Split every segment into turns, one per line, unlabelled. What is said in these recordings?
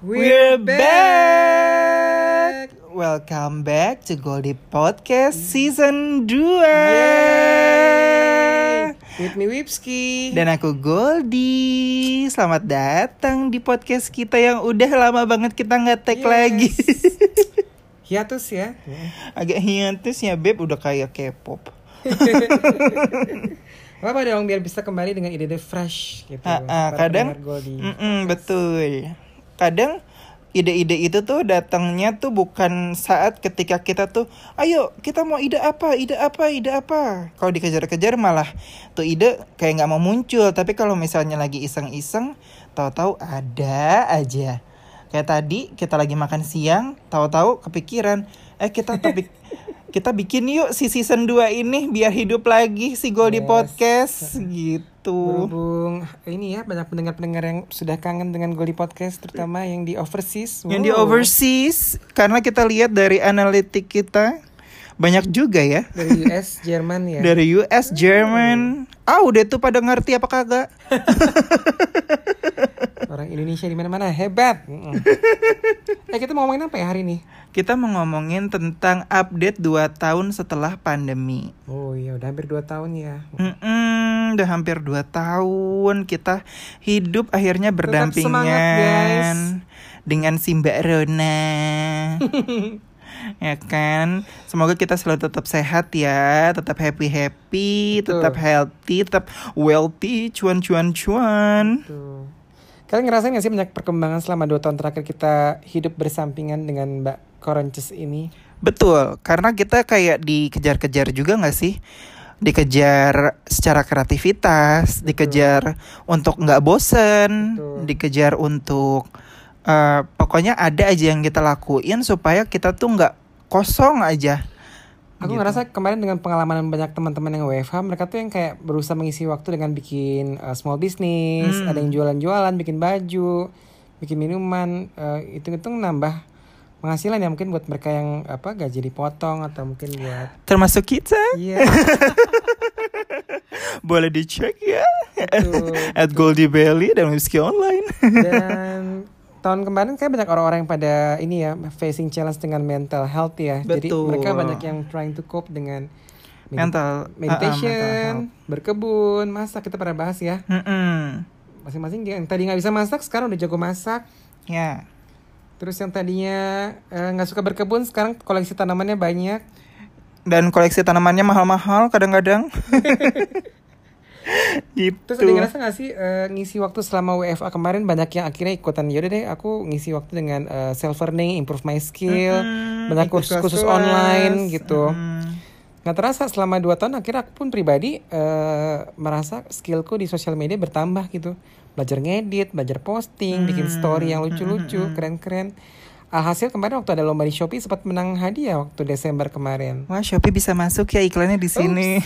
We're back. Welcome back to Goldie Podcast Season 2.
Yay. With me Wipski.
Dan aku Goldie. Selamat datang di podcast kita yang udah lama banget kita gak tag lagi.
Hiatus ya.
Agak hiatus ya Beb, udah kayak K-pop.
Apa dong biar bisa kembali dengan ide-ide fresh gitu.
Kadang betul. Kadang ide-ide itu tuh datangnya tuh bukan saat ketika kita tuh ayo kita mau ide apa. Kalau dikejar-kejar malah tuh ide kayak nggak mau muncul. Tapi kalau misalnya lagi iseng-iseng, tahu-tahu ada aja. Kayak tadi kita lagi makan siang, tahu-tahu kepikiran kita bikin yuk si season 2 ini biar hidup lagi si Goldie Podcast gitu.
Berhubung ini ya banyak pendengar-pendengar yang sudah kangen dengan Goldie Podcast, terutama yang di overseas.
Yang di overseas, karena kita lihat dari analitik kita banyak juga ya.
Dari US, Jerman ya.
Dari US, Jerman. Udah tuh pada ngerti apa kagak?
Orang Indonesia di mana-mana hebat. Kita mau ngomongin apa ya hari ini?
Kita mau ngomongin tentang update 2 tahun setelah pandemi.
Oh iya, udah hampir 2 tahun ya.
Udah hampir 2 tahun kita hidup akhirnya
Tetap semangat, guys.
Dengan si Mbak Rona. Ya kan, semoga kita selalu tetap sehat ya, tetap happy, tetap healthy, tetap wealthy, cuan.
Betul. Kalian ngerasain gak sih banyak perkembangan selama 2 tahun terakhir kita hidup bersampingan dengan Mbak Koronces ini?
Betul, karena kita kayak dikejar-kejar juga gak sih? Dikejar secara kreativitas, dikejar untuk gak bosen, dikejar untuk pokoknya ada aja yang kita lakuin supaya kita tuh gak kosong aja.
Aku
gitu.
ngerasa kemarin dengan pengalaman banyak teman-teman yang WFH, mereka tuh yang kayak berusaha mengisi waktu dengan bikin small business, ada yang jualan-jualan, bikin baju, bikin minuman, hitung-hitung nambah penghasilan ya, mungkin buat mereka yang gaji dipotong atau mungkin buat
termasuk kita.
Iya.
Boleh dicek ya. At Goldie Belly dan Whisky Online.
Dan tahun kemarin kayak banyak orang-orang yang pada ini ya facing challenge dengan mental health ya.
Betul.
Jadi mereka banyak yang trying to cope dengan
mental
meditation, berkebun, masak, kita pernah bahas ya. Masing-masing yang tadi nggak bisa masak sekarang udah jago masak.
Ya.
Terus yang tadinya nggak suka berkebun sekarang koleksi tanamannya banyak.
Dan koleksi tanamannya mahal-mahal kadang-kadang. Gitu.
Terus ada ngerasa gak sih ngisi waktu selama WFA kemarin banyak yang akhirnya ikutan, yaudah deh aku ngisi waktu dengan self learning, improve my skill, banyak kursus online gitu. Nggak terasa selama 2 tahun akhirnya aku pun pribadi merasa skillku di sosial media bertambah gitu. Belajar ngedit, belajar posting, bikin story yang lucu-lucu, keren-keren. Alhasil kemarin waktu ada lomba di Shopee sempat menang hadiah waktu Desember kemarin.
Wah, Shopee bisa masuk ya iklannya di sini.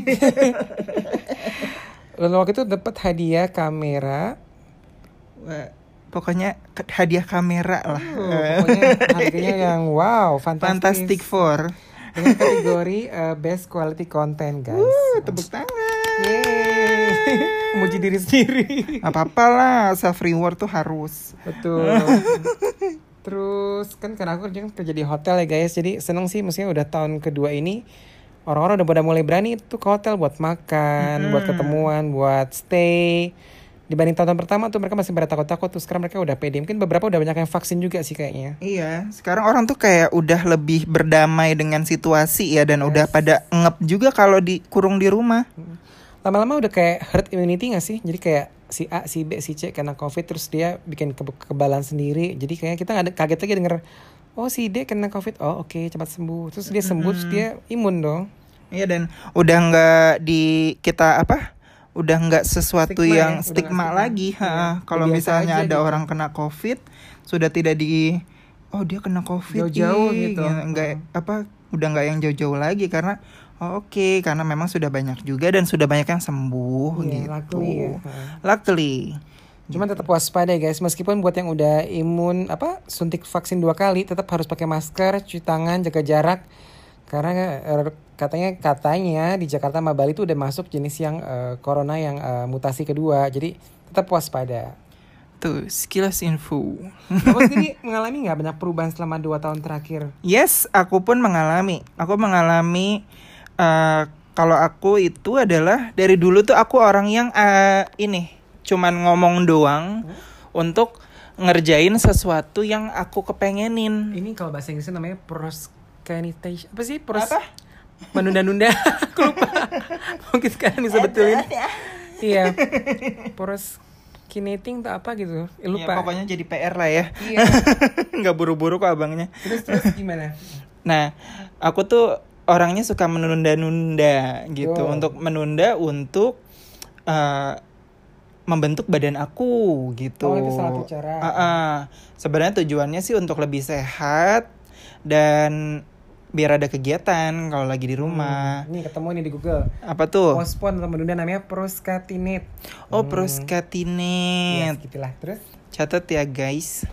Lalu waktu itu dapat hadiah kamera.
Wah, pokoknya hadiah kamera lah.
Pokoknya harganya yang wow,
Fantastic Four.
Dengan kategori best quality content, guys.
Tepuk tangan.
Yeay. Memuji diri sendiri.
Apa-apa lah, self reward tuh harus.
Betul. Terus kan karena aku kerja di hotel ya guys, jadi seneng sih, maksudnya udah tahun kedua ini orang-orang udah pada mulai berani tuh ke hotel buat makan, buat ketemuan, buat stay. Dibanding tahun pertama tuh mereka masih pada takut-takut, tuh sekarang mereka udah pede. Mungkin beberapa udah banyak yang vaksin juga sih kayaknya.
Iya, sekarang orang tuh kayak udah lebih berdamai dengan situasi ya, dan udah pada ngep juga kalau dikurung di rumah.
Lama-lama udah kayak herd immunity gak sih? Jadi kayak si A, si B, si C kena COVID terus dia bikin kekebalan sendiri. Jadi kayak kita gak kaget lagi denger, oh si D kena COVID, oh oke, cepat sembuh. Terus dia sembuh, terus dia imun dong.
Iya, dan udah gak udah gak sesuatu stigma lagi. Kalau misalnya ada orang kena COVID, sudah tidak dia kena COVID
jauh-jauh gitu.
Udah gak yang jauh-jauh lagi karena karena memang sudah banyak juga dan sudah banyak yang sembuh gitu. Luckily.
Cuman tetap waspada guys, meskipun buat yang udah imun suntik vaksin 2 kali tetap harus pakai masker, cuci tangan, jaga jarak. Karena katanya di Jakarta sama Bali tuh udah masuk jenis yang corona yang mutasi kedua. Jadi tetap waspada.
Tuh, sekilas info.
Kamu sendiri mengalami nggak banyak perubahan selama 2 tahun terakhir?
Yes, aku pun mengalami. Kalau aku itu adalah dari dulu tuh aku orang yang cuman ngomong doang untuk ngerjain sesuatu yang aku kepengenin.
Ini kalau bahasa Inggrisnya namanya procrastination. Apa sih?
Menunda-nunda.
Aku lupa. Mungkin sekarang bisa betulin. Iya. Procrastinating tuh apa gitu? Lupa.
Ya, pokoknya jadi PR lah ya.
Iya.
Nggak buru-buru kok abangnya.
Terus gimana?
Nah, aku tuh orangnya suka menunda-nunda gitu. Untuk menunda untuk membentuk badan aku gitu.
Oh, itu salah satu cara.
Sebenarnya tujuannya sih untuk lebih sehat dan biar ada kegiatan kalau lagi di rumah.
Ini ketemu nih di Google.
Apa tuh?
Postpone atau menunda namanya procrastinate.
Oh, procrastinate.
Yes, gitulah. Terus?
Catat ya guys.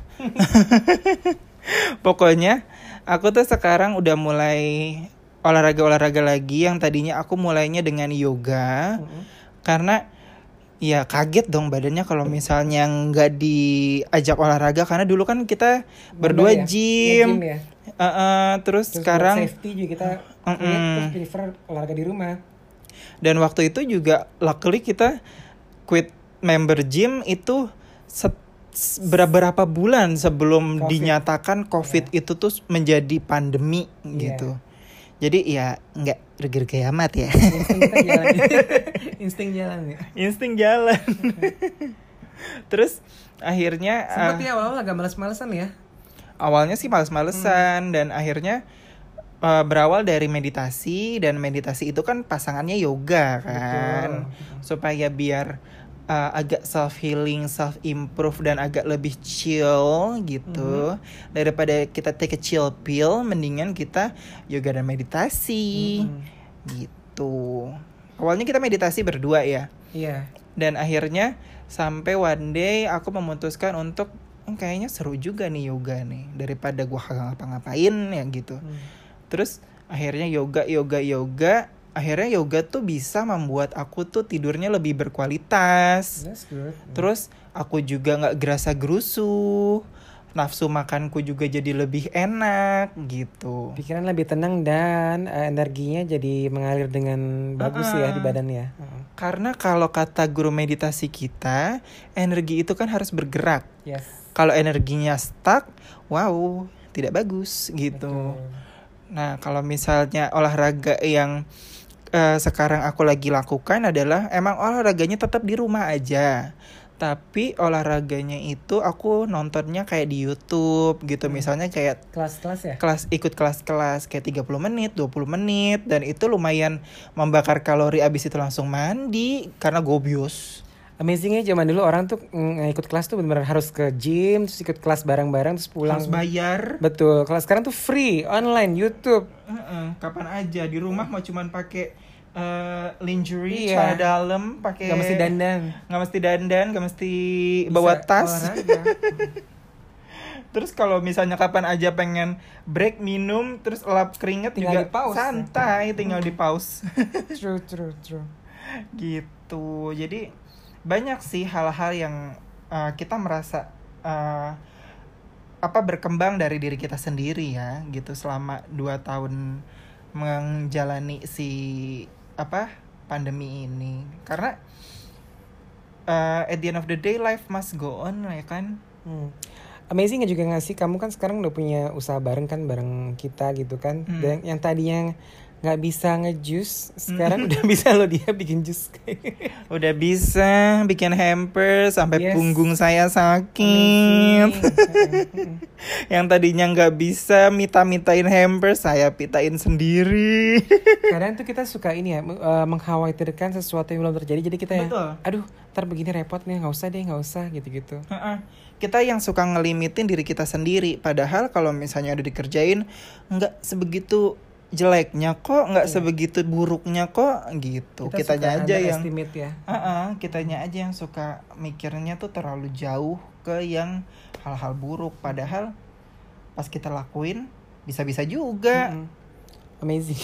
Pokoknya aku tuh sekarang udah mulai olahraga lagi yang tadinya aku mulainya dengan yoga. Karena ya kaget dong badannya kalau misalnya nggak diajak olahraga, karena dulu kan kita berdua gym. Ya? Terus sekarang
safety juga kita terus prefer olahraga di rumah.
Dan waktu itu juga luckily kita quit member gym itu beberapa bulan sebelum dinyatakan COVID itu tuh menjadi pandemi gitu. Jadi ya nggak regret amat ya.
Insting jalan ya.
Insting jalan. Terus akhirnya
seperti awal agak malas-malesan ya.
Awalnya sih malas-malesan dan akhirnya berawal dari meditasi, dan meditasi itu kan pasangannya yoga kan. Betul. Supaya biar agak self healing, self improve dan agak lebih chill gitu. Daripada kita take a chill pill, mendingan kita yoga dan meditasi. Gitu. Awalnya kita meditasi berdua ya.
Iya.
Dan akhirnya sampai one day aku memutuskan untuk kayaknya seru juga nih yoga nih, daripada gua kagak ngapa-ngapain ya gitu. Terus akhirnya yoga. Akhirnya yoga tuh bisa membuat aku tuh tidurnya lebih berkualitas.
That's good.
Terus aku juga gak gerasa gerusu. Nafsu makanku juga jadi lebih enak gitu.
Pikiran lebih tenang dan energinya jadi mengalir dengan bagus ya di badan ya.
Karena kalau kata guru meditasi kita, energi itu kan harus bergerak.
Yes.
Kalau energinya stuck, wow, tidak bagus gitu. Betul. Nah, kalau misalnya olahraga yang sekarang aku lagi lakukan adalah emang olahraganya tetap di rumah aja. Tapi olahraganya itu aku nontonnya kayak di YouTube gitu. Misalnya kayak
kelas-kelas ya?
Ikut kelas-kelas kayak 30 menit, 20 menit. Dan itu lumayan membakar kalori, abis itu langsung mandi karena gobios.
Amazingnya zaman dulu orang tuh ikut kelas tuh benar-benar harus ke gym, terus ikut kelas bareng-bareng, terus pulang.
Harus bayar.
Betul. Kalau sekarang tuh free, online, YouTube.
Kapan aja di rumah mau cuman pakai lingerie, celana dalam, pakai
nggak mesti dandan,
nggak mesti bawa tas. Terus kalau misalnya kapan aja pengen break minum, terus lap keringet tinggal juga di-pause, santai, tinggal di pause.
True.
Gitu. Jadi banyak sih hal-hal yang kita merasa berkembang dari diri kita sendiri ya gitu selama 2 tahun menjalani si pandemi ini. Karena at the end of the day life must go on ya kan.
Amazing juga gak sih, kamu kan sekarang udah punya usaha bareng kan, bareng kita gitu kan. Dan yang tadinya nggak bisa ngejus, sekarang udah bisa loh dia bikin jus.
Udah bisa bikin hamper sampai punggung saya sakit. Yang tadinya nggak bisa mitain hamper, saya pitain sendiri.
Kadang tuh kita suka ini ya, mengkhawatirkan sesuatu yang belum terjadi, jadi kita aduh ntar begini repot nih, nggak usah gitu-gitu.
Kita yang suka ngelimitin diri kita sendiri, padahal kalau misalnya udah dikerjain nggak sebegitu jeleknya kok, nggak sebegitu buruknya kok gitu. Kitanya aja yang kitanya aja yang suka mikirnya tuh terlalu jauh ke yang hal-hal buruk, padahal pas kita lakuin bisa-bisa juga.
amazing.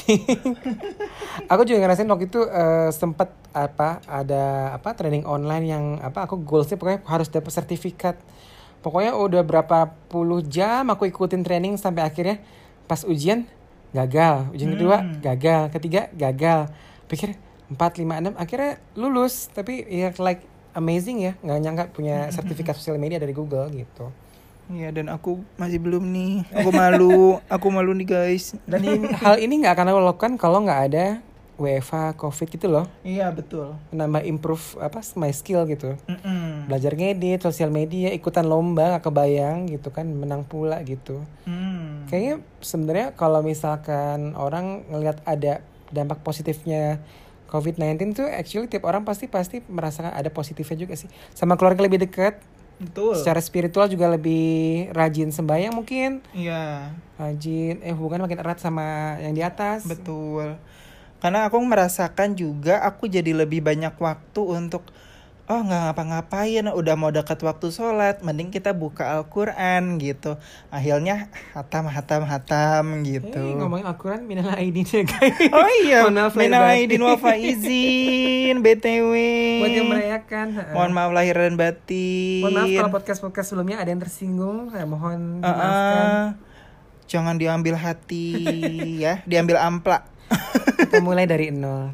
Aku juga ngerasain waktu itu sempat ada training online yang aku goalsnya pokoknya harus dapat sertifikat. Pokoknya udah berapa puluh jam aku ikutin training sampai akhirnya pas ujian gagal, ujian kedua gagal, ketiga gagal. Pikir 4, 5, 6 akhirnya lulus. Tapi ya like amazing ya, nggak nyangka punya sertifikat sosial media dari Google gitu.
Iya, dan aku masih belum nih. Aku malu nih guys.
Dan hal ini nggak akan aku lakukan kalau nggak ada WFH, COVID gitu loh.
Iya betul.
Menambah improve my skill gitu. Belajar ngedit, sosial media, ikutan lomba, nggak kebayang gitu kan, menang pula gitu. Kayaknya sebenarnya kalau misalkan orang ngelihat ada dampak positifnya COVID-19 tuh actually tiap orang pasti merasakan ada positifnya juga sih. Sama keluarga lebih dekat.
Betul.
Secara spiritual juga lebih rajin sembahyang mungkin.
Iya.
Rajin, hubungan makin erat sama yang di atas.
Betul. Karena aku merasakan juga aku jadi lebih banyak waktu untuk nggak ngapa-ngapain, udah mau dekat waktu sholat, mending kita buka Al-Quran gitu. Akhirnya hatam gitu.
Ngomongin Al-Quran, minal aidin ya guys.
Oh iya, minal aidin wal faizin, BTW.
Buat yang merayakan.
Mohon maaf lahir dan batin.
Mohon maaf kalau podcast sebelumnya ada yang tersinggung, saya mohon dimaafkan.
Jangan diambil hati ya, diambil amplak.
Kita mulai dari nol.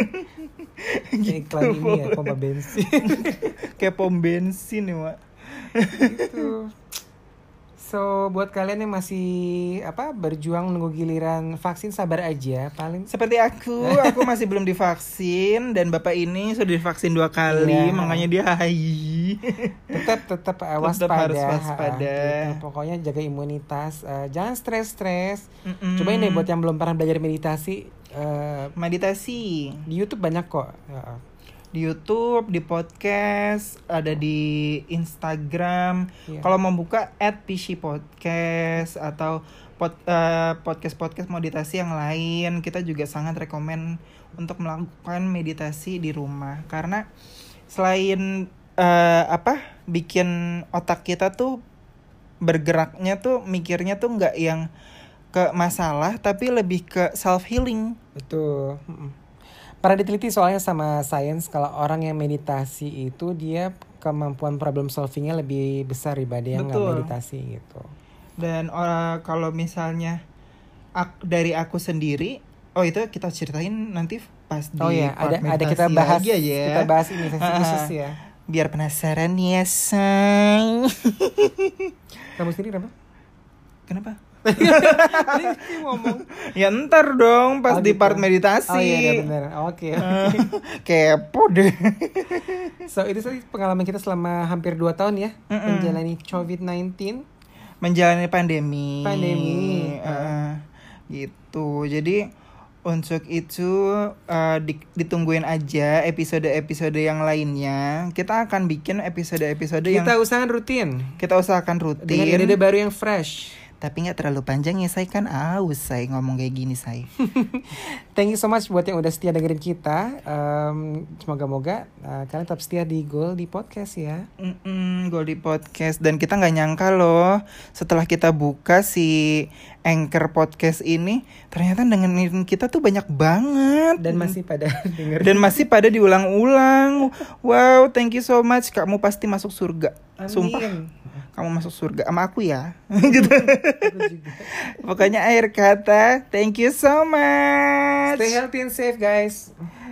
Kayak iklan ini ya, pompa bensin.
Kayak pom bensin ya, Mak.
Gitu. So, buat kalian yang masih berjuang menunggu giliran vaksin, sabar aja. Paling
seperti aku masih belum divaksin, dan bapak ini sudah divaksin 2 kali, makanya dia hai.
Tetap waspada.
Harus waspada.
Gitu. Pokoknya jaga imunitas, jangan stres. Cobain deh buat yang belum pernah belajar meditasi.
Meditasi
di YouTube banyak kok.
Di YouTube, di podcast, ada di Instagram. Kalau mau buka @PC_podcast atau podcast meditasi yang lain, kita juga sangat rekomen untuk melakukan meditasi di rumah. Karena selain bikin otak kita tuh bergeraknya tuh, mikirnya tuh nggak yang ke masalah, tapi lebih ke self healing.
Betul. Pernah diteliti soalnya sama sains kalau orang yang meditasi itu dia kemampuan problem solvingnya lebih besar dibanding yang nggak meditasi gitu. Dan
kalau misalnya dari aku sendiri, itu kita ceritain nanti pas di
part meditasi. Ada kita bahas
aja ya.
Kita bahas ini sesi khusus ya.
Biar penasaran ya, say.
Kamu sendiri kenapa?
Ngomong. Ya ntar dong pas di part meditasi.
Oh iya benar. Oke.
Kepo deh.
So itu tadi pengalaman kita selama hampir 2 tahun ya menjalani COVID-19,
menjalani pandemi. Gitu. Jadi untuk itu ditungguin aja episode-episode yang lainnya. Kita akan bikin episode-episode yang
kita usahakan rutin.
Dengan
ide-ide baru yang fresh.
Tapi gak terlalu panjang ya, saya kan aus saya ngomong kayak gini saya.
Thank you so much buat yang udah setia dengerin kita. Semoga-moga kalian tetap setia di Goal di Podcast ya.
Goal di Podcast. Dan kita gak nyangka loh, setelah kita buka si Anchor Podcast ini, ternyata dengerin kita tuh banyak banget.
Dan masih pada dengerin.
Dan masih pada diulang-ulang. Wow, thank you so much. Kamu pasti masuk surga.
Amin.
Sumpah, kamu masuk surga sama aku ya. Gitu. Pokoknya akhir kata, thank you so much.
Stay healthy and safe guys.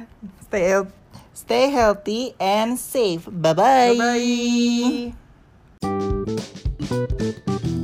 Stay healthy and safe. Bye-bye.
Bye-bye.